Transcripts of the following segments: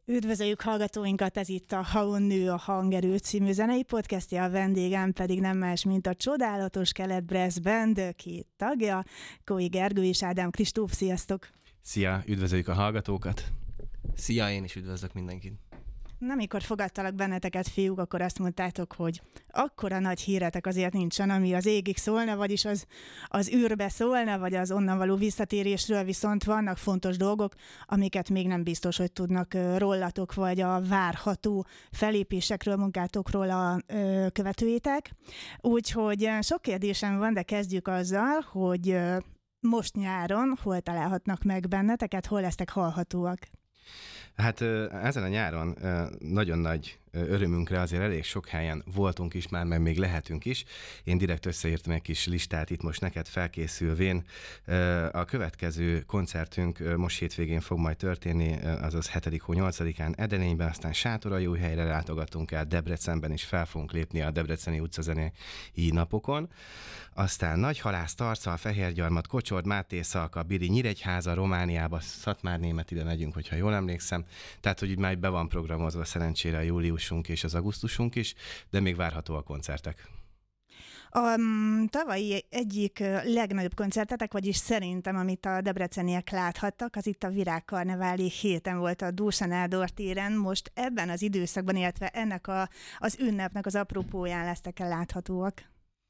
Üdvözöljük hallgatóinkat, ez itt a Ha nő a hangerő című zenei podcastja, a vendégem pedig nem más, mint a csodálatos Kelet Brass Band két tagja, Kói Gergő és Ádám Kristóf. Sziasztok! Szia, üdvözöljük a hallgatókat! Szia, én is üdvözlök mindenkit! Na, amikor fogadtalak benneteket, fiúk, akkor azt mondtátok, hogy akkora nagy híretek azért nincsen, ami az égig szólna, vagyis az űrbe szólna, vagy az onnan való visszatérésről, viszont vannak fontos dolgok, amiket még nem biztos, hogy tudnak rólatok, vagy a várható felépésekről, munkátokról a követőitek. Úgyhogy sok kérdésem van, de kezdjük azzal, hogy most nyáron hol találhatnak meg benneteket, hol lesztek hallhatóak? Hát ezen a nyáron nagyon nagy örömünkre azért elég sok helyen voltunk is már, meg még lehetünk is. Én direkt összeírtam egy kis listát itt most neked felkészülvén. A következő koncertünk most hétvégén fog majd történni, azaz 7. hó 8-án Edelényben, aztán Sátoraljóhelyre látogatunk el, Debrecenben is fel fogunk lépni a Debreceni utcazenei napokon. Aztán Nagyhalász, Tarcal, Fehérgyarmat, Kocsord, Máté, Szalka, Biri, Nyíregyháza, Romániába, Szatmárnémet ide megyünk, hogyha jól emlékszem. Tehát, hogy úgy már be van programozva szerencsére a júliusunk és az augusztusunk is, de még várható a koncertek. A tavalyi egyik legnagyobb koncertetek, vagyis szerintem, amit a debreceniek láthattak, az itt a Virágkarneváli héten volt a Dósa Nádor téren. Most ebben az időszakban, illetve ennek az ünnepnek az apropóján lesztek el láthatóak.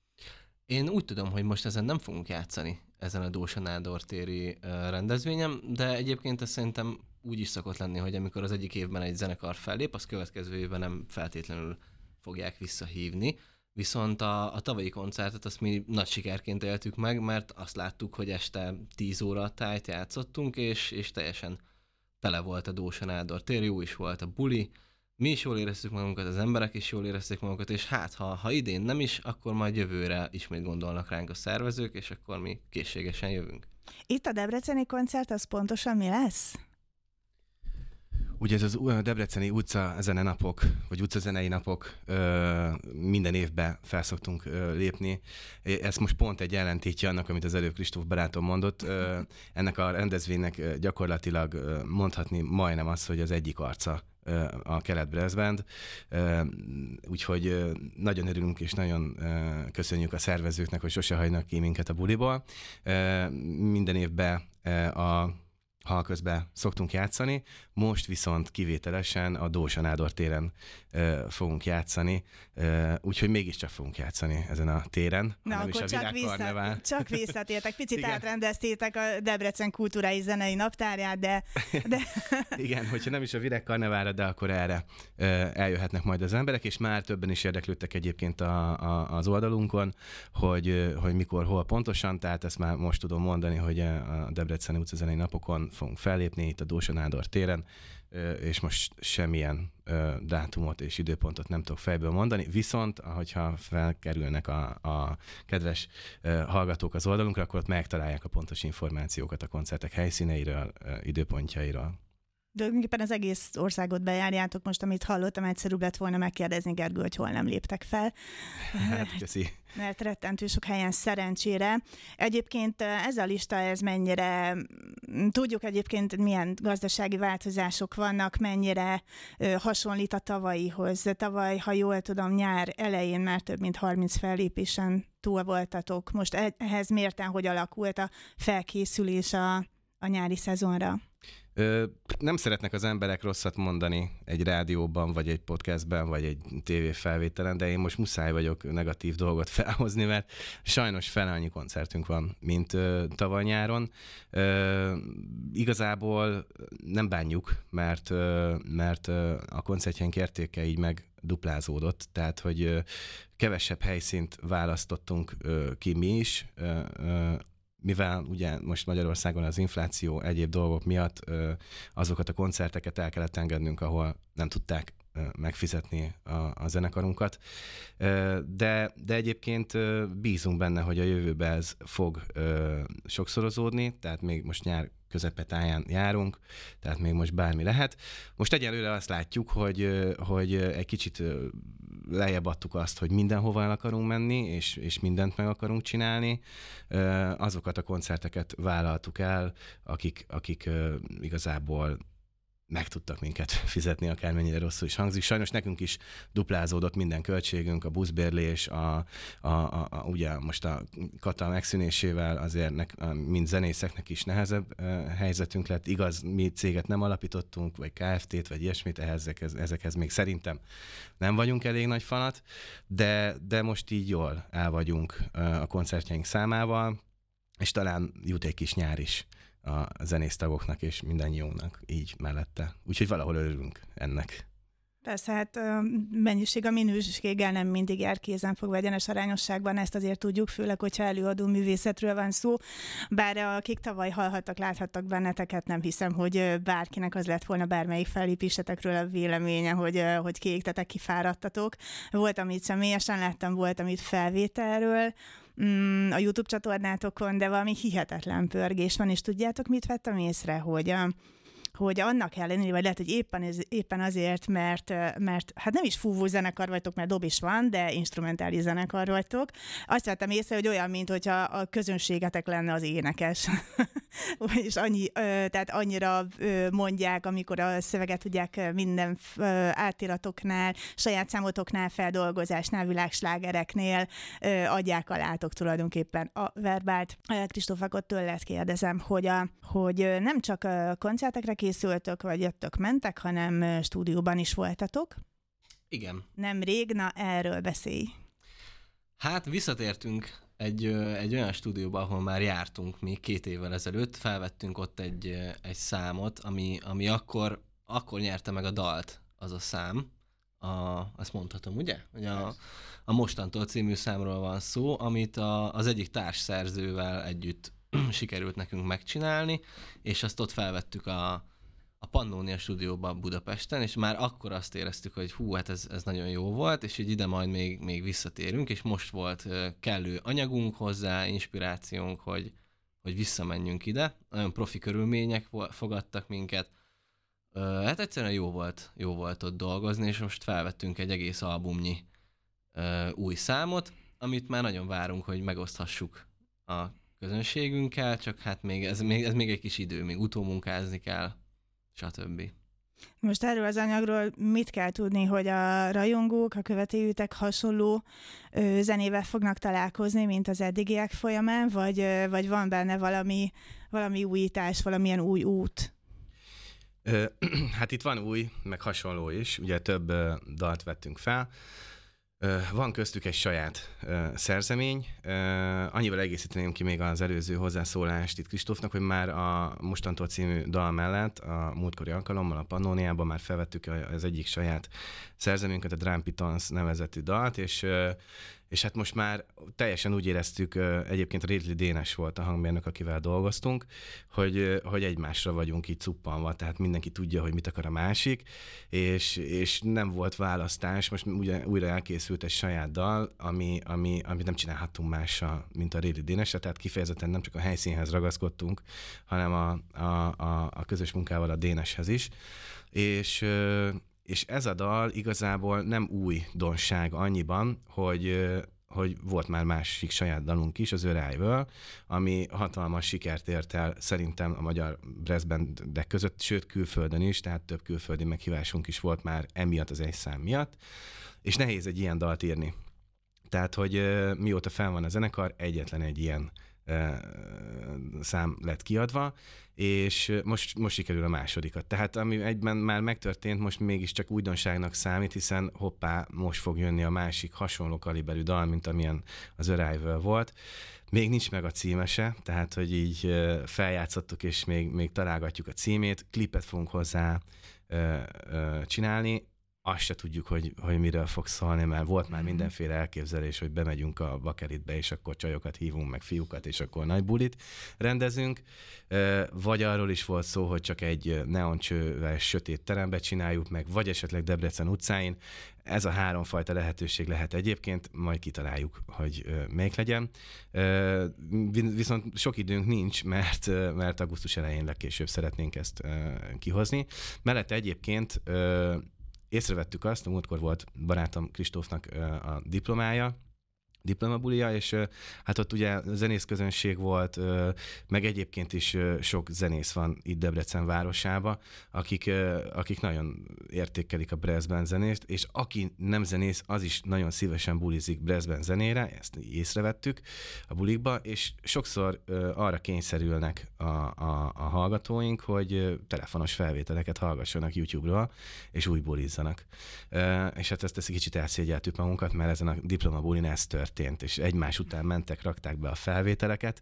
Én úgy tudom, hogy most ezen nem fogunk játszani, ezen a Dósa Nádor téri rendezvényem, de egyébként ez szerintem úgy is szokott lenni, hogy amikor az egyik évben egy zenekar fellép, az következő évben nem feltétlenül fogják visszahívni. Viszont a tavalyi koncertet azt mi nagy sikerként éltük meg, mert azt láttuk, hogy este 10 óra tájt játszottunk, és teljesen tele volt a Dósa Nádor tér, jó is volt a buli, mi is jól éreztük magunkat, az emberek is jól érezték magukat, és hát ha idén nem is, akkor majd jövőre ismét gondolnak ránk a szervezők, és akkor mi készségesen jövünk. Itt a debreceni koncert az pontosan mi lesz? Ugye ez az debreceni utcazene napok, vagy utcazenei napok minden évben felszoktunk lépni. Ez most pont egy ellentétje annak, amit az előbb Kristóf barátom mondott. Ennek a rendezvénynek gyakorlatilag mondhatni majdnem az, hogy az egyik arca a Kelet Brass Band. Úgyhogy nagyon örülünk és nagyon köszönjük a szervezőknek, hogy sose hagynak ki minket a buliból. Minden évben a hal közben szoktunk játszani, most viszont kivételesen a Dósa Nádor téren fogunk játszani, úgyhogy mégiscsak fogunk játszani ezen a téren. Na, akkor csak visszatértek, picit átrendeztétek a Debrecen kulturális zenei naptárját, de... Igen, hogyha nem is a Virágkarneválra, de akkor erre eljöhetnek majd az emberek, és már többen is érdeklődtek egyébként az oldalunkon, hogy mikor, hol pontosan, tehát ezt már most tudom mondani, hogy a Debreceni utcazenei napokon fogunk fellépni itt a Dósa Nádor téren, és most semmilyen dátumot és időpontot nem tudok fejből mondani, viszont ahogyha felkerülnek a kedves hallgatók az oldalunkra, akkor ott megtalálják a pontos információkat a koncertek helyszíneiről, időpontjairól. De tulajdonképpen az egész országot bejárjátok. Most, amit hallottam, egyszerűbb lett volna megkérdezni, Gergő, hogy hol nem léptek fel. Hát, köszi. Mert rettentő sok helyen szerencsére. Egyébként ez a lista, ez mennyire, tudjuk egyébként milyen gazdasági változások vannak, mennyire hasonlít a tavalyihoz. Tavaly, ha jól tudom, nyár elején már több mint 30 fellépésen túl voltatok. Most ehhez mérten hogy alakult a felkészülés a nyári szezonra? Nem szeretnek az emberek rosszat mondani egy rádióban, vagy egy podcastben, vagy egy tévéfelvételen, de én most muszáj vagyok negatív dolgot felhozni, mert sajnos fele annyi koncertünk van, mint tavaly nyáron. Igazából nem bánjuk, mert a koncertjeink értéke így meg duplázódott, tehát hogy kevesebb helyszínt választottunk ki mi is, mivel ugye most Magyarországon az infláció, egyéb dolgok miatt azokat a koncerteket el kellett engednünk, ahol nem tudták megfizetni a zenekarunkat. De egyébként bízunk benne, hogy a jövőben ez fog sokszorozódni, tehát még most nyár közepe táján járunk, tehát még most bármi lehet. Most egyelőre azt látjuk, hogy egy kicsit lejjebb adtuk azt, hogy mindenhova el akarunk menni, és mindent meg akarunk csinálni. Azokat a koncerteket vállaltuk el, akik igazából meg tudtak minket fizetni, akármennyire rosszul is hangzik. Sajnos nekünk is duplázódott minden költségünk, a buszbérlés, ugye most a kata megszűnésével azért mint zenészeknek is nehezebb helyzetünk lett. Igaz, mi céget nem alapítottunk, vagy Kft-t, vagy ilyesmit, ezekhez még szerintem nem vagyunk elég nagy fanat, de most így jól el vagyunk a koncertjeink számával, és talán jut egy kis nyár is a zenésztagoknak és mindannyiunknak így mellette. Úgyhogy valahol örülünk ennek. Persze, hát mennyiség a minőséggel nem mindig jár kézenfogva egyenes arányosságban, ezt azért tudjuk, főleg, hogyha előadó művészetről van szó. Bár akik tavaly hallhattak, láthattak benneteket, nem hiszem, hogy bárkinek az lett volna bármelyik fellépésetekről a véleménye, hogy kiégtetek, kifáradtatok. Volt, amit személyesen láttam, volt, amit felvételről, a YouTube csatornátokon, de valami hihetetlen pörgés van, és tudjátok, mit vettem észre, hogy annak ellenére, vagy lehet, hogy éppen azért, mert hát nem is fúvó zenekar vagytok, mert dob is van, de instrumentális zenekar vagytok. Azt vettem észre, hogy olyan, mint hogyha a közönségetek lenne az énekes. És tehát annyira mondják, amikor a szöveget tudják minden átiratoknál, saját számotoknál, feldolgozásnál, világslágereknél adják alátok tulajdonképpen a verbált. Kristóf, akkor tőled kérdezem, hogy nem csak koncertekre készültök, vagy jöttök, mentek, hanem stúdióban is voltatok. Igen. Nemrég, na erről beszélj. Hát visszatértünk egy olyan stúdióba, ahol már jártunk még 2 évvel ezelőtt, felvettünk ott egy számot, ami akkor nyerte meg a dalt, az a szám. Azt mondhatom, ugye? Hogy a Mostantól című számról van szó, amit az egyik társszerzővel együtt sikerült nekünk megcsinálni, és azt ott felvettük a Pannónia stúdióban Budapesten, és már akkor azt éreztük, hogy hát ez nagyon jó volt, és így ide majd még visszatérünk, és most volt kellő anyagunk hozzá, inspirációnk, hogy visszamenjünk ide. Nagyon profi körülmények fogadtak minket. Hát egyszerűen jó volt ott dolgozni, és most felvettünk egy egész albumnyi új számot, amit már nagyon várunk, hogy megoszthassuk a közönségünkkel, csak hát ez még egy kis idő, még utómunkázni kell, stb. Most erről az anyagról mit kell tudni, hogy a rajongók, a követőjütek hasonló zenével fognak találkozni, mint az eddigiek folyamán, vagy van benne valami újítás, valamilyen új út? Hát itt van új, meg hasonló is, ugye több dalt vettünk fel. Van köztük egy saját szerzemény. Annyival egészíteném ki még az előző hozzászólást itt Kristófnak, hogy már a Mostantól című dal mellett a múltkori alkalommal a Pannóniában már felvettük az egyik saját szerzeményünket, a Drum Pitons nevezetű dalt, és hát most már teljesen úgy éreztük, egyébként a Rétli Dénes volt a hangmérnök, akivel dolgoztunk, hogy egymásra vagyunk itt cuppanva, tehát mindenki tudja, hogy mit akar a másik, és nem volt választás, most újra elkészült egy saját dal, amit nem csinálhattunk mással, mint a Rétli Dénesre, tehát kifejezetten nem csak a helyszínhez ragaszkodtunk, hanem a közös munkával a Déneshez is, és ez a dal igazából nem újdonság annyiban, hogy volt már másik saját dalunk is, az Örájből, ami hatalmas sikert ért el szerintem a magyar brassbandek között, sőt külföldön is, tehát több külföldi meghívásunk is volt már emiatt az egy szám miatt, és nehéz egy ilyen dalt írni. Tehát, hogy mióta fel van a zenekar, egyetlen egy ilyen szám lett kiadva, és most sikerül a másodikat. Tehát ami egyben már megtörtént, most mégiscsak újdonságnak számít, hiszen hoppá, most fog jönni a másik hasonló kaliberű dal, mint amilyen az Arrival volt. Még nincs meg a címese, tehát hogy így feljátszottuk, és még találgatjuk a címét, klipet fogunk hozzá csinálni, azt se tudjuk, hogy miről fog szólni, mert volt már mindenféle elképzelés, hogy bemegyünk a bakelitbe, és akkor csajokat hívunk, meg fiúkat, és akkor nagy bulit rendezünk. Vagy arról is volt szó, hogy csak egy neoncsővel sötét terembe csináljuk meg, vagy esetleg Debrecen utcáin. Ez a 3 fajta lehetőség lehet egyébként, majd kitaláljuk, hogy melyik legyen. Viszont sok időnk nincs, mert augusztus elején legkésőbb szeretnénk ezt kihozni. Mellette egyébként észrevettük azt, a múltkor volt barátom Kristófnak a diplomája, diplomabulia, és hát ott ugye zenészközönség volt, meg egyébként is sok zenész van itt Debrecen városába, akik nagyon értékelik a brass band zenést, és aki nem zenész, az is nagyon szívesen bulizik brass band zenére, ezt észrevettük a bulikba, és sokszor arra kényszerülnek a hallgatóink, hogy telefonos felvételeket hallgassanak YouTube-ról, és úgy bulizzanak. És hát ezt kicsit elszégyeltük magunkat, mert ezen a diplomabulin ez történt, és egymás után mentek, rakták be a felvételeket,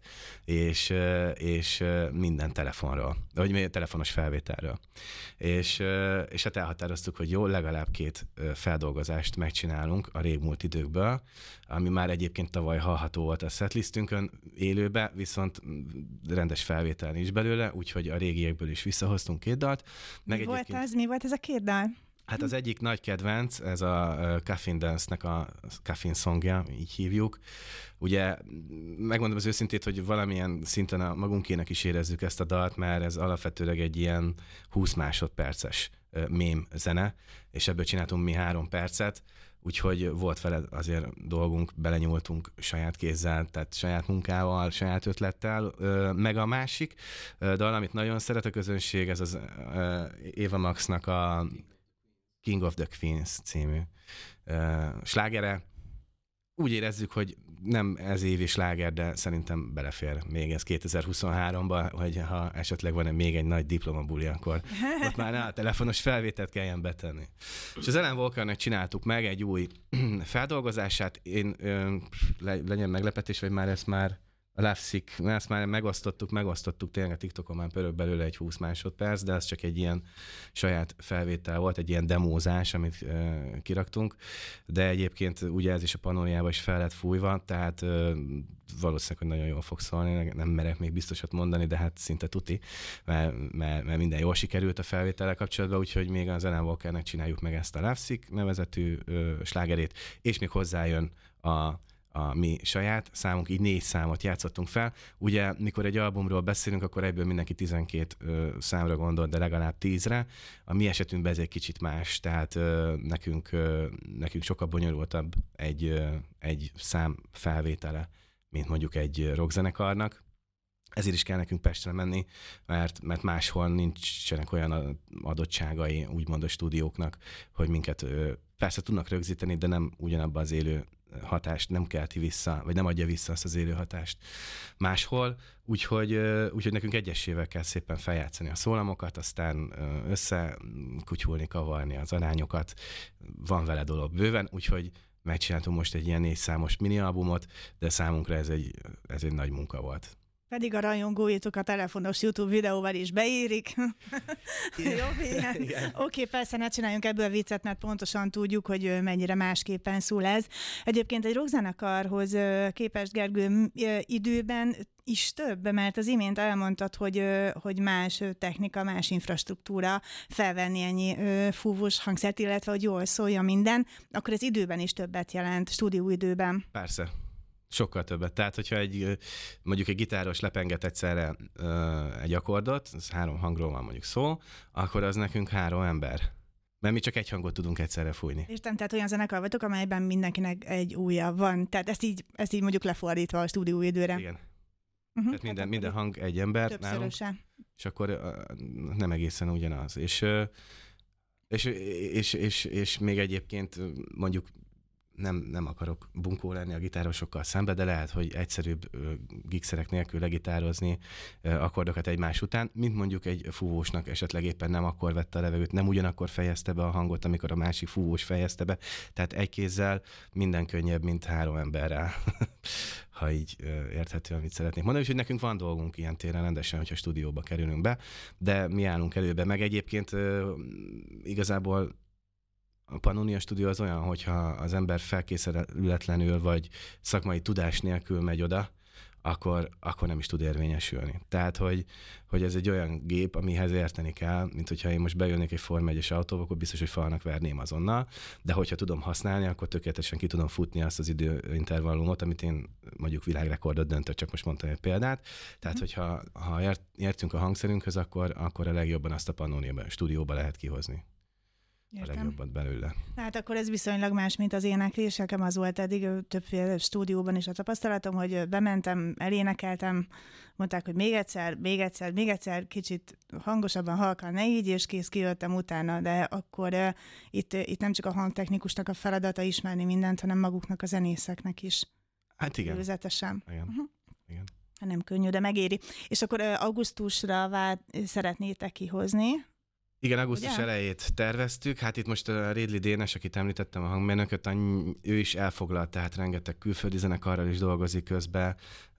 és minden telefonról, vagy telefonos felvételről. És hát elhatároztuk, hogy jó, legalább 2 feldolgozást megcsinálunk a régmúlt időkből, ami már egyébként tavaly hallható volt a setlistünkön élőbe, viszont rendes felvétel nincs belőle, úgyhogy a régiekből is visszahoztunk 2 dalt. Mi volt ez a 2 dal? Hát az egyik nagy kedvenc, ez a Coffin Dance-nek a Coffin Songja, így hívjuk. Ugye megmondom az őszintét, hogy valamilyen szinten a magunkének is érezzük ezt a dalt, mert ez alapvetőleg egy ilyen 20 másodperces mém zene, és ebből csináltunk mi 3 percet, úgyhogy volt vele azért dolgunk, belenyúltunk saját kézzel, tehát saját munkával, saját ötlettel. Meg a másik dal, amit nagyon szeret a közönség, ez az Ava Maxnak a King of the Queens című slágere. Úgy érezzük, hogy nem ez évi sláger, de szerintem belefér még ez 2023-ba, hogy ha esetleg van még egy nagy diplomabuli, akkor ott már a telefonos felvételt kelljen betenni. És az Ellen Walkernek csináltuk meg egy új feldolgozását. Én legyen meglepetés, vagy már ezt már a Love Sick, ezt már megosztottuk, tényleg a TikTokon már pörög belőle egy 20 másodperc, de ez csak egy ilyen saját felvétel volt, egy ilyen demózás, amit kiraktunk, de egyébként ugye ez is a Pannoniába is fel lett fújva, tehát valószínűleg, hogy nagyon jól fog szólni, nem merek még biztosat mondani, de hát szinte tuti, mert minden jól sikerült a felvétellel kapcsolatban, úgyhogy még az Ellen Walkernek csináljuk meg ezt a Love Sick nevezetű slágerét, és még hozzájön a mi saját számunk, így 4 számot játszottunk fel. Ugye, mikor egy albumról beszélünk, akkor egyből mindenki 12 számra gondol, de legalább 10-re. A mi esetünkben ez egy kicsit más, tehát nekünk sokkal bonyolultabb egy szám felvétele, mint mondjuk egy rockzenekarnak. Ezért is kell nekünk Pestre menni, mert máshol nincsenek olyan adottságai, úgymond a stúdióknak, hogy minket persze tudnak rögzíteni, de nem ugyanabban az élő hatást nem kelti vissza, vagy nem adja vissza azt az élő hatást máshol, úgyhogy nekünk egyesével kell szépen feljátszani a szólamokat, aztán összekutyulni, kavarni az arányokat, van vele dolog bőven, úgyhogy megcsináltunk most egy ilyen 4 számos minialbumot, de számunkra ez egy nagy munka volt. Pedig a rajongóitok a telefonos YouTube videóval is beérik. Jó, Oké, persze, ne csináljunk ebből viccet, mert pontosan tudjuk, hogy mennyire másképpen szól ez. Egyébként egy rockzenekarhoz képest, Gergő, időben is több, mert az imént elmondtad, hogy más technika, más infrastruktúra felvenni ennyi fúvós hangszert, illetve hogy jól szólja minden, akkor ez időben is többet jelent, stúdióidőben. Persze. Sokkal többet. Tehát, hogyha mondjuk egy gitáros lepenget egyszerre egy akkordot, az 3 hangról van mondjuk szó, akkor az nekünk 3 ember. Mert mi csak egy hangot tudunk egyszerre fújni. Értem, tehát olyan zenekar vagytok, amelyben mindenkinek egy ujja van. Tehát ezt így mondjuk lefordítva a stúdióidőre. Igen. Tehát minden hang egy ember nálunk, és akkor nem egészen ugyanaz. És még egyébként mondjuk nem akarok bunkó lenni a gitárosokkal szembe, de lehet, hogy egyszerűbb gigszerek nélkül legitározni akkordokat egymás után, mint mondjuk egy fúvósnak esetleg éppen nem akkor vette a levegőt, nem ugyanakkor fejezte be a hangot, amikor a másik fúvós fejezte be. Tehát egy kézzel minden könnyebb, mint 3 emberrel, ha így érthető, amit szeretnék mondani. Úgyhogy nekünk van dolgunk ilyen téren rendesen, hogyha stúdióba kerülünk be, de mi állunk előbe. Meg egyébként igazából a Pannonia stúdió az olyan, hogyha az ember felkészületlenül vagy szakmai tudás nélkül megy oda, akkor nem is tud érvényesülni. Tehát, hogy ez egy olyan gép, amihez érteni kell, mint hogyha én most bejönnék egy Forma 1-es autóba, akkor biztos, hogy falnak verném azonnal, de hogyha tudom használni, akkor tökéletesen ki tudom futni azt az időintervallumot, amit én mondjuk világrekordot döntök, csak most mondtam egy példát. Tehát, hogyha értünk a hangszerünkhöz, akkor a legjobban azt a Pannonia stúdióba lehet kihozni. a legjobbat belőle. Hát akkor ez viszonylag más, mint az éneklés. Nekem az volt eddig többféle stúdióban is a tapasztalatom, hogy bementem, elénekeltem, mondták, hogy még egyszer, kicsit hangosabban, halkan, ne így, és kész, kijöttem utána, de akkor itt nem csak a hangtechnikusnak a feladata ismerni mindent, hanem maguknak a zenészeknek is. Hát igen. Előzetesen. Igen. Igen. Nem könnyű, de megéri. És akkor augusztusra szeretnétek kihozni. Igen, augusztus elejét terveztük. Hát itt most a Rédli Dénes, akit említettem, a hangmérnököt, ő is elfoglalt, tehát rengeteg külföldi zenekarral is dolgozik közben.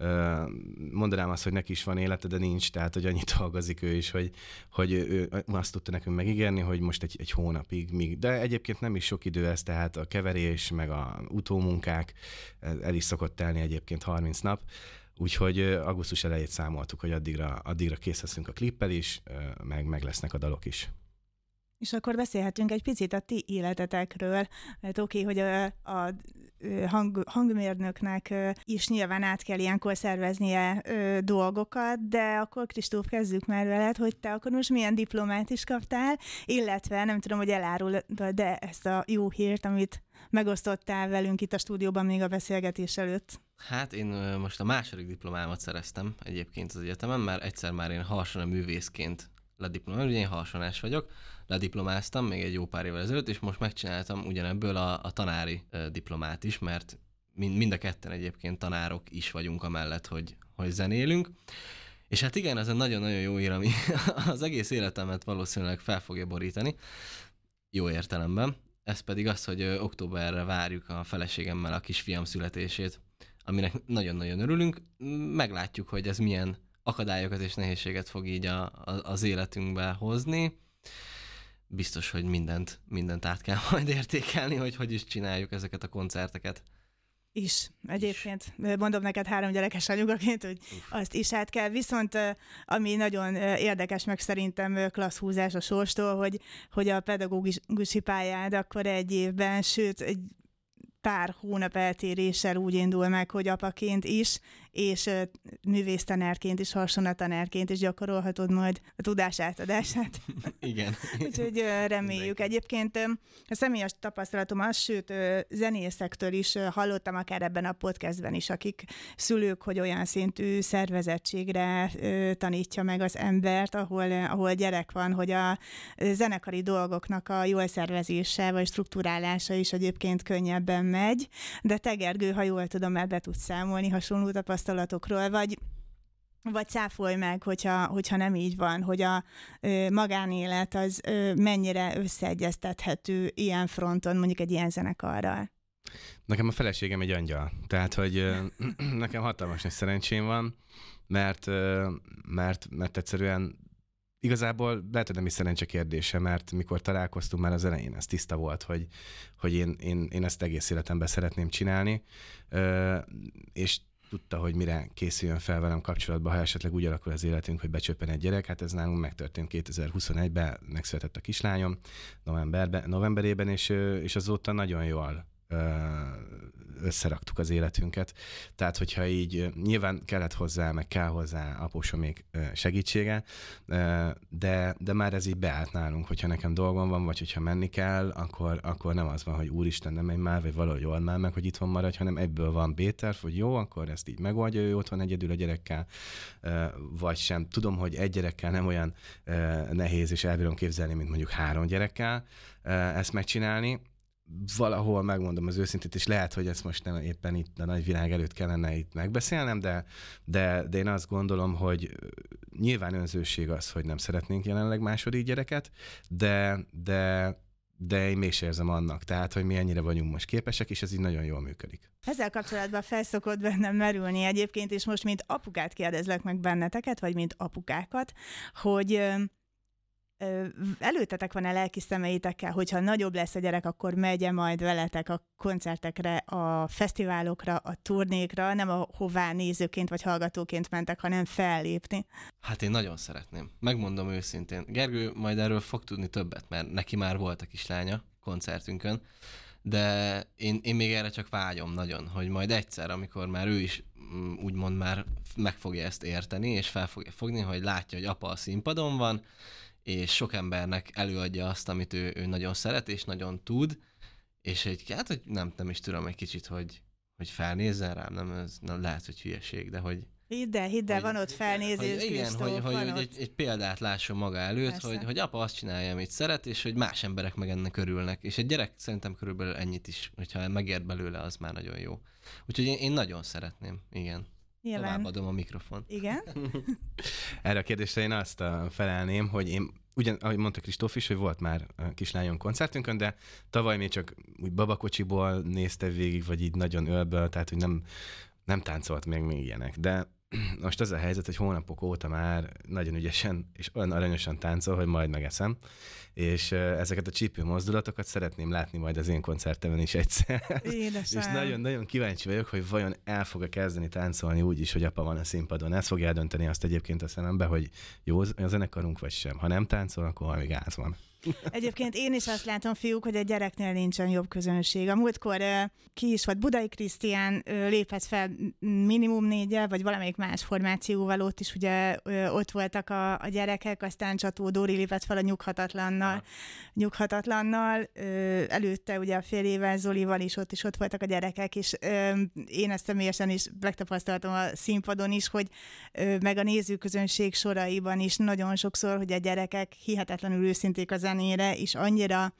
Mondanám azt, hogy neki is van élete, de nincs, tehát hogy annyit dolgozik ő is, hogy ő azt tudta nekünk megígérni, hogy most egy hónapig, de egyébként nem is sok idő ez, tehát a keverés, meg a utómunkák, el is szokott telni egyébként 30 nap. Úgyhogy augusztus elejét számoltuk, hogy addigra kész leszünk a klippel is, meg lesznek a dalok is. És akkor beszélhetünk egy picit a ti életetekről. Hát oké, hogy a hangmérnöknek is nyilván át kell ilyenkor szerveznie dolgokat, de akkor Kristóf, kezdjük már veled, hogy te akkor most milyen diplomát is kaptál, illetve nem tudom, hogy elárulod, de ezt a jó hírt, amit megosztottál velünk itt a stúdióban még a beszélgetés előtt. Hát én most a második diplomámat szereztem egyébként az egyetemen, mert egyszer már én harsona művészként lediplomáztam, ugye én harsonás vagyok, lediplomáztam még egy jó pár évvel ezelőtt, és most megcsináltam ugyanebből a tanári diplomát is, mert mind a ketten egyébként tanárok is vagyunk amellett, hogy zenélünk. És hát igen, ez egy nagyon-nagyon jó ír, ami az egész életemet valószínűleg fel fogja borítani, jó értelemben. Ez pedig az, hogy októberre várjuk a feleségemmel a kisfiam születését, aminek nagyon-nagyon örülünk. Meglátjuk, hogy ez milyen akadályokat és nehézséget fog így az életünkbe hozni. Biztos, hogy mindent át kell majd értékelni, hogy is csináljuk ezeket a koncerteket. Is. Egyébként mondom neked 3 gyerekes anyukaként, hogy azt is át kell. Viszont ami nagyon érdekes, meg szerintem klassz húzás a sorstól, hogy a pedagógusi pályád akkor egy évben, sőt egy pár hónap eltéréssel úgy indul meg, hogy apaként is, és művésztanárként is, harsonatanárként is gyakorolhatod majd a tudás átadását. Igen. Úgyhogy reméljük. Egyébként a személyes tapasztalatom az, sőt zenészektől is hallottam akár ebben a podcastben is, akik szülők, hogy olyan szintű szervezettségre tanítja meg az embert, ahol gyerek van, hogy a zenekari dolgoknak a jól szervezése vagy strukturálása is egyébként könnyebben megy, de te, Gergő, ha jól tudom, már be tudsz számolni hasonló tapasztalatokról, vagy cáfolj meg, hogyha nem így van, hogy a magánélet az mennyire összeegyeztethető ilyen fronton, mondjuk egy ilyen zenekarral. Nekem a feleségem egy angyal, tehát hogy nekem hatalmas nagy szerencsém van, mert egyszerűen igazából lehet, hogy nem is szerencse kérdése, mert mikor találkoztunk már az elején, ez tiszta volt, hogy én ezt egész életemben szeretném csinálni, és tudta, hogy mire készüljön fel velem kapcsolatban, ha esetleg úgy alakul az életünk, hogy becsöppen egy gyerek. Hát ez nálunk megtörtént 2021-ben, megszületett a kislányom novemberében, és azóta nagyon jól összeraktuk az életünket. Tehát, hogyha így nyilván kellett hozzá, meg kell hozzá apósomék segítsége, de már ez így beállt nálunk, hogyha nekem dolgom van, vagy hogyha menni kell, akkor nem az van, hogy úristen, nem menj már, vagy valahogy old már meg, hogy itthon maradj, hanem egyből van B-terv, hogy jó, akkor ezt így megoldja, ő otthon egyedül a gyerekkel, vagy sem. Tudom, hogy egy gyerekkel nem olyan nehéz, és elbírom képzelni, mint mondjuk 3 gyerekkel ezt megcsinálni. Valahol megmondom az őszintét, és lehet, hogy ezt most nem éppen itt a nagy világ előtt kellene itt megbeszélnem, de én azt gondolom, hogy nyilván önzőség az, hogy nem szeretnénk jelenleg második gyereket, de én mégse érzem annak, tehát, hogy mi ennyire vagyunk most képesek, és ez így nagyon jól működik. Ezzel kapcsolatban felszokott bennem merülni egyébként, és most mint apukát kérdezlek meg benneteket, vagy mint apukákat, hogy előtetek van-e lelki szemeitekkel, hogyha nagyobb lesz a gyerek, akkor megye majd veletek a koncertekre, a fesztiválokra, a turnékra, nem ahová nézőként vagy hallgatóként mentek, hanem fellépni? Hát én nagyon szeretném. Megmondom őszintén. Gergő majd erről fog tudni többet, mert neki már volt a kislánya koncertünkön, de én még erre csak vágyom nagyon, hogy majd egyszer, amikor már ő is úgymond már meg fogja ezt érteni, és fel fogja fogni, hogy látja, hogy apa a színpadon van, és sok embernek előadja azt, amit ő nagyon szeret, és nagyon tud, és hát, hogy nem is tudom egy kicsit, hogy felnézzen rám, nem lehet, hogy hülyeség, de hogy... Hidd el, van ott felnézés, igen, hogy egy példát lásson maga előtt, hogy apa azt csinálja, amit szeret, és hogy más emberek meg ennek örülnek. És egy gyerek szerintem körülbelül ennyit is, hogyha megért belőle, az már nagyon jó. Úgyhogy én nagyon szeretném, igen. Továbbadom a mikrofont. Igen? Erre a kérdésre én azt felelném, hogy én ahogy mondta Kristóf is, hogy volt már kislányom koncertünkön, de tavaly még csak úgy babakocsiból nézte végig, vagy így nagyon ölből, tehát hogy nem táncolt még ilyenek. De most az a helyzet, hogy hónapok óta már nagyon ügyesen és olyan aranyosan táncol, hogy majd megeszem. És ezeket a csípő mozdulatokat szeretném látni majd az én koncertemen is egyszer. Édesem. És nagyon-nagyon kíváncsi vagyok, hogy vajon el fog-e kezdeni táncolni úgy is, hogy apa van a színpadon. Ez fogja eldönteni azt egyébként a szemembe, hogy jó a zenekarunk vagy sem. Ha nem táncol, akkor valami gáz van. Egyébként én is azt látom, fiúk, hogy a gyereknél nincsen jobb közönség. A múltkor ki is volt, Budai Krisztián lépett fel minimum 4-jel, vagy valamelyik más formációval, ott is ugye ott voltak a gyerekek, aztán Csató Dóri lépett fel a Nyughatatlannal, előtte ugye a fél éves Zolival is ott voltak a gyerekek, és én ezt személyesen is megtapasztaltam a színpadon is, hogy meg a nézőközönség soraiban is nagyon sokszor, hogy a gyerekek hihetetlenül őszinték a zenére, és annyira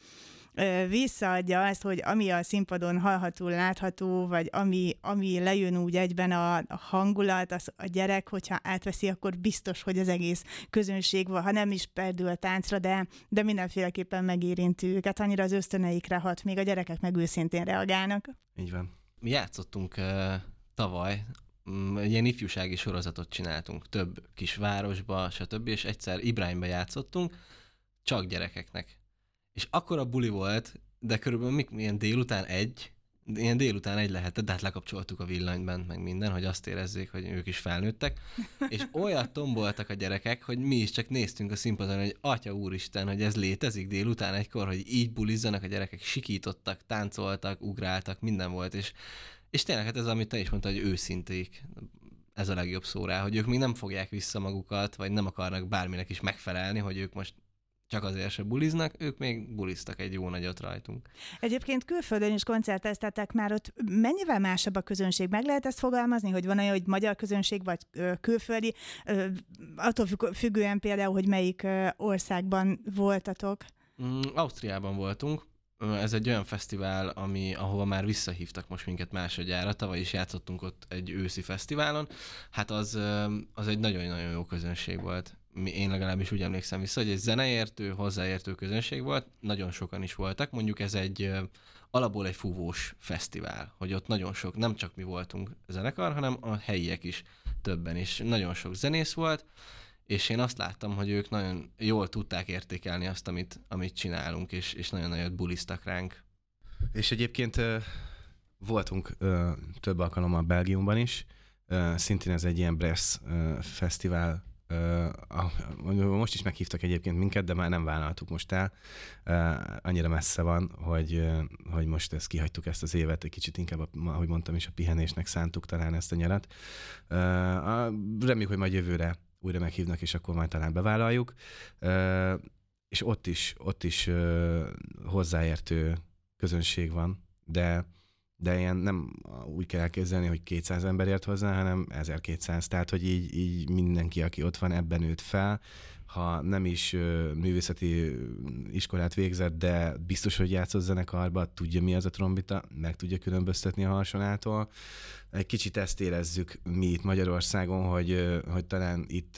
visszaadja azt, hogy ami a színpadon hallható, látható, vagy ami lejön úgy egyben a hangulat, az a gyerek, hogyha átveszi, akkor biztos, hogy az egész közönség van, ha nem is perdül a táncra, de mindenféleképpen megérinti őket, annyira az ösztöneikre hat, még a gyerekek meg őszintén reagálnak. Így van. Mi játszottunk tavaly, egy ilyen ifjúsági sorozatot csináltunk, több kis városba, stb., és egyszer Ibrahimbe játszottunk, csak gyerekeknek. És akkora buli volt, de körülbelül ilyen délután egy lehetett, de hát lekapcsoltuk a villanyban, meg minden, hogy azt érezzék, hogy ők is felnőttek, és olyat tomboltak a gyerekek, hogy mi is csak néztünk a színpadon, hogy atya úristen, hogy ez létezik délután egykor, hogy így bulizzanak a gyerekek, sikítottak, táncoltak, ugráltak, minden volt, és tényleg hát ez, amit te is mondtad, hogy őszinték, ez a legjobb szó rá, hogy ők még nem fogják vissza magukat, vagy nem akarnak bárminek is megfelelni, hogy ők most csak azért se buliznak, ők még buliztak egy jó nagyot rajtunk. Egyébként külföldön is koncerteztetek már, ott mennyivel másabb a közönség? Meg lehet ezt fogalmazni, hogy van olyan, hogy magyar közönség, vagy külföldi? Attól függően például, hogy melyik országban voltatok? Ausztriában voltunk. Ez egy olyan fesztivál, ahova már visszahívtak most minket másodjára. Tavaly is játszottunk ott egy őszi fesztiválon. Hát az egy nagyon-nagyon jó közönség volt. Én legalábbis úgy emlékszem vissza, hogy egy zeneértő, hozzáértő közönség volt, nagyon sokan is voltak, mondjuk ez alapból egy fúvós fesztivál, hogy ott nagyon sok, nem csak mi voltunk zenekar, hanem a helyiek is többen, és nagyon sok zenész volt, és én azt láttam, hogy ők nagyon jól tudták értékelni azt, amit csinálunk, és nagyon nagyot buliztak ránk. És egyébként voltunk több alkalommal Belgiumban is, szintén ez egy ilyen Bress fesztivál. Most is meghívtak egyébként minket, de már nem vállaltuk most el. Annyira messze van, hogy most ezt kihagytuk ezt az évet, egy kicsit inkább, ahogy mondtam is, a pihenésnek szántuk talán ezt a nyarat. Reméljük, hogy majd jövőre újra meghívnak, és akkor majd talán bevállaljuk. És ott is hozzáértő közönség van, de ilyen nem úgy kell elképzelni, hogy 200 ember ért hozzá, hanem 1200. Tehát, hogy így mindenki, aki ott van, ebben nőtt fel. Ha nem is művészeti iskolát végzett, de biztos, hogy játszott zenekarba, tudja, mi az a trombita, meg tudja különböztetni a harsonától. Egy kicsit ezt érezzük mi itt Magyarországon, hogy talán itt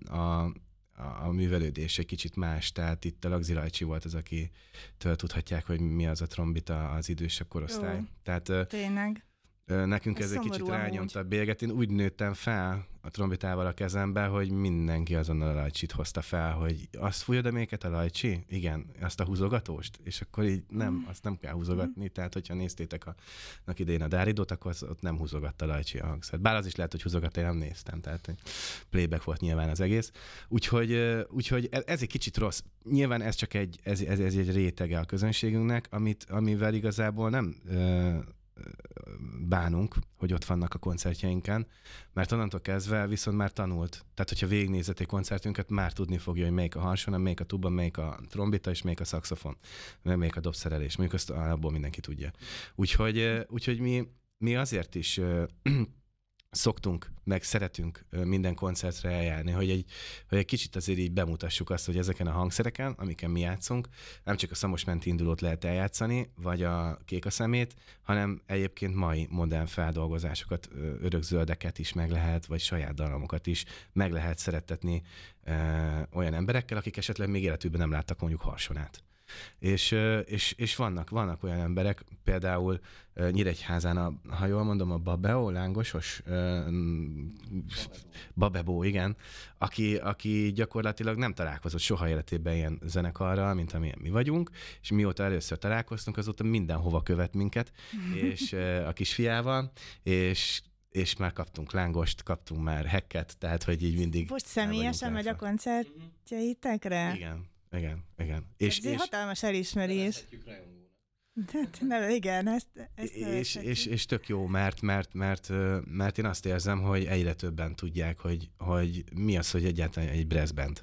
a művelődés egy kicsit más, tehát itt a Lagzi Lajcsi volt az, akitől tudhatják, hogy mi az a trombita, az idősebb korosztály. Tehát, tényleg. Nekünk ez egy kicsit rányomta a bélyeget. Én úgy nőttem fel a trombitával a kezembe, hogy mindenki azonnal a Lajcsit hozta fel, hogy azt fújod a méket a Lajcsi? Igen, azt a húzogatóst? És akkor így nem, azt nem kell húzogatni, tehát hogyha néztétek annak idején a Dáridót, akkor ott nem húzogatta a Lajcsi a hangszert. Bár az is lehet, hogy húzogatta, én nem néztem, tehát playback volt nyilván az egész. Úgyhogy ez egy kicsit rossz. Nyilván ez csak egy rétege a közönségünknek, amivel igazából nem bánunk, hogy ott vannak a koncertjeinken, mert onnantól kezdve viszont már tanult. Tehát, hogyha végignézett egy koncertünket, már tudni fogja, hogy melyik a harsona, melyik a tuba, melyik a trombita, és melyik a szaxofon, melyik a dobszerelés. Mondjuk azt abból mindenki tudja. Úgyhogy mi azért is szoktunk, meg szeretünk minden koncertre eljárni, hogy egy kicsit azért így bemutassuk azt, hogy ezeken a hangszereken, amiken mi játszunk, nem csak a Szamosmenti indulót lehet eljátszani, vagy a Kék a szemét, hanem egyébként mai modern feldolgozásokat, örökzöldeket is meg lehet, vagy saját dalomokat is meg lehet szerettetni olyan emberekkel, akik esetleg még életükben nem láttak mondjuk harsonát. És vannak olyan emberek, például Nyíregyházán, ha jól mondom, a Babeo, lángosos, Babebo, igen, aki gyakorlatilag nem találkozott soha életében ilyen zenekarral, mint amilyen mi vagyunk, és mióta először találkoztunk, azóta mindenhova követ minket, és a kisfiával, és már kaptunk lángost, kaptunk már hacket, tehát hogy így mindig... Most személyesen megy a koncertjeitekre? Igen. Ez egy hatalmas elismerés. Igen, ezt és tök jó, mert én azt érzem, hogy egyre többen tudják, hogy mi az, hogy egyáltalán egy brass band.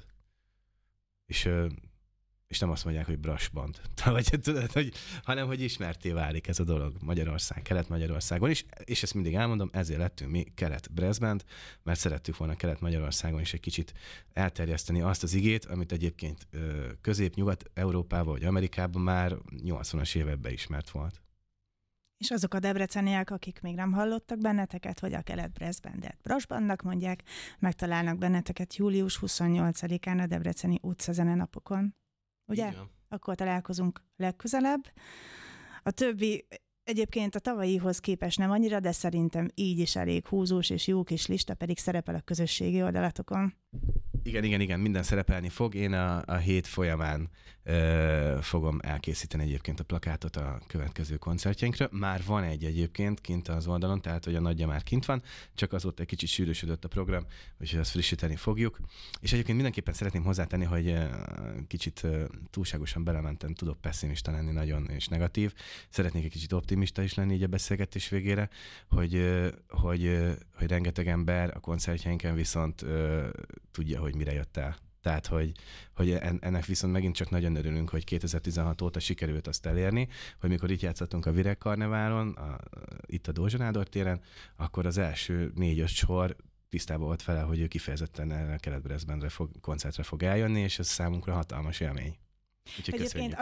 És nem azt mondják, hogy brass band. Hanem, hogy ismerté válik ez a dolog Magyarország, Kelet-Magyarországon is, és ezt mindig elmondom, ezért lettünk mi Kelet Brass Band, mert szerettük volna Kelet-Magyarországon is egy kicsit elterjeszteni azt az igét, amit egyébként Közép-Nyugat-Európában vagy Amerikában már 80-as években ismert volt. És azok a debreceniek, akik még nem hallottak benneteket, vagy a Kelet Brass Bandet Brass Bandnak mondják, megtalálnak benneteket július 28-án a Debreceni utcazene napokon. Ugye? Igen. Akkor találkozunk legközelebb. A többi egyébként a tavalyihoz képest nem annyira, de szerintem így is elég húzós és jó kis lista, pedig szerepel a közösségi oldalatokon. Igen, minden szerepelni fog. Én a hét folyamán fogom elkészíteni egyébként a plakátot a következő koncertjeinkről. Már van egy egyébként kint az oldalon, tehát hogy a nagyja már kint van, csak azóta egy kicsit sűrűsödött a program, úgyhogy azt frissíteni fogjuk. És egyébként mindenképpen szeretném hozzátenni, hogy kicsit túlságosan belementem, tudok pessimista lenni nagyon és negatív. Szeretnék egy kicsit optimista is lenni így a beszélgetés végére, hogy rengeteg ember a koncertjeinken viszont tudja, hogy mire jött el. Tehát, hogy ennek viszont megint csak nagyon örülünk, hogy 2016 óta sikerült azt elérni, hogy mikor itt játszottunk a Virágkarneválon, itt a Dózsa Nádor téren, akkor az első 4-5 sor tisztában volt vele, hogy ő kifejezetten a Kelet Brass Bandre koncertre fog eljönni, és ez számunkra hatalmas élmény. Úgyhogy egyébként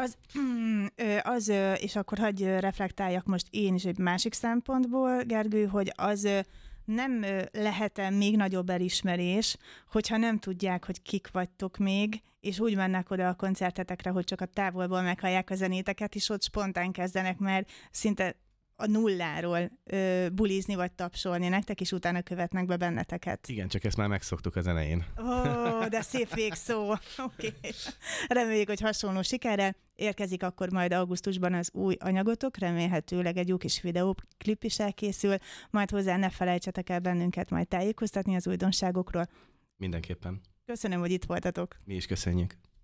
az, és akkor hagyj reflektáljak most én is egy másik szempontból, Gergő, hogy az nem lehet-e még nagyobb elismerés, hogyha nem tudják, hogy kik vagytok még, és úgy mennek oda a koncertetekre, hogy csak a távolból meghallják a zenéteket, és ott spontán kezdenek már szinte a nulláról bulizni vagy tapsolni nektek, és utána követnek be benneteket. Igen, csak ezt már megszoktuk az elején. Ó, de szép végszó. Okay. Reméljük, hogy hasonló sikerrel érkezik akkor majd augusztusban az új anyagotok, remélhetőleg egy jó kis videóklip is elkészül, majd hozzá ne felejtsetek el bennünket majd tájékoztatni az újdonságokról. Mindenképpen. Köszönöm, hogy itt voltatok. Mi is köszönjük.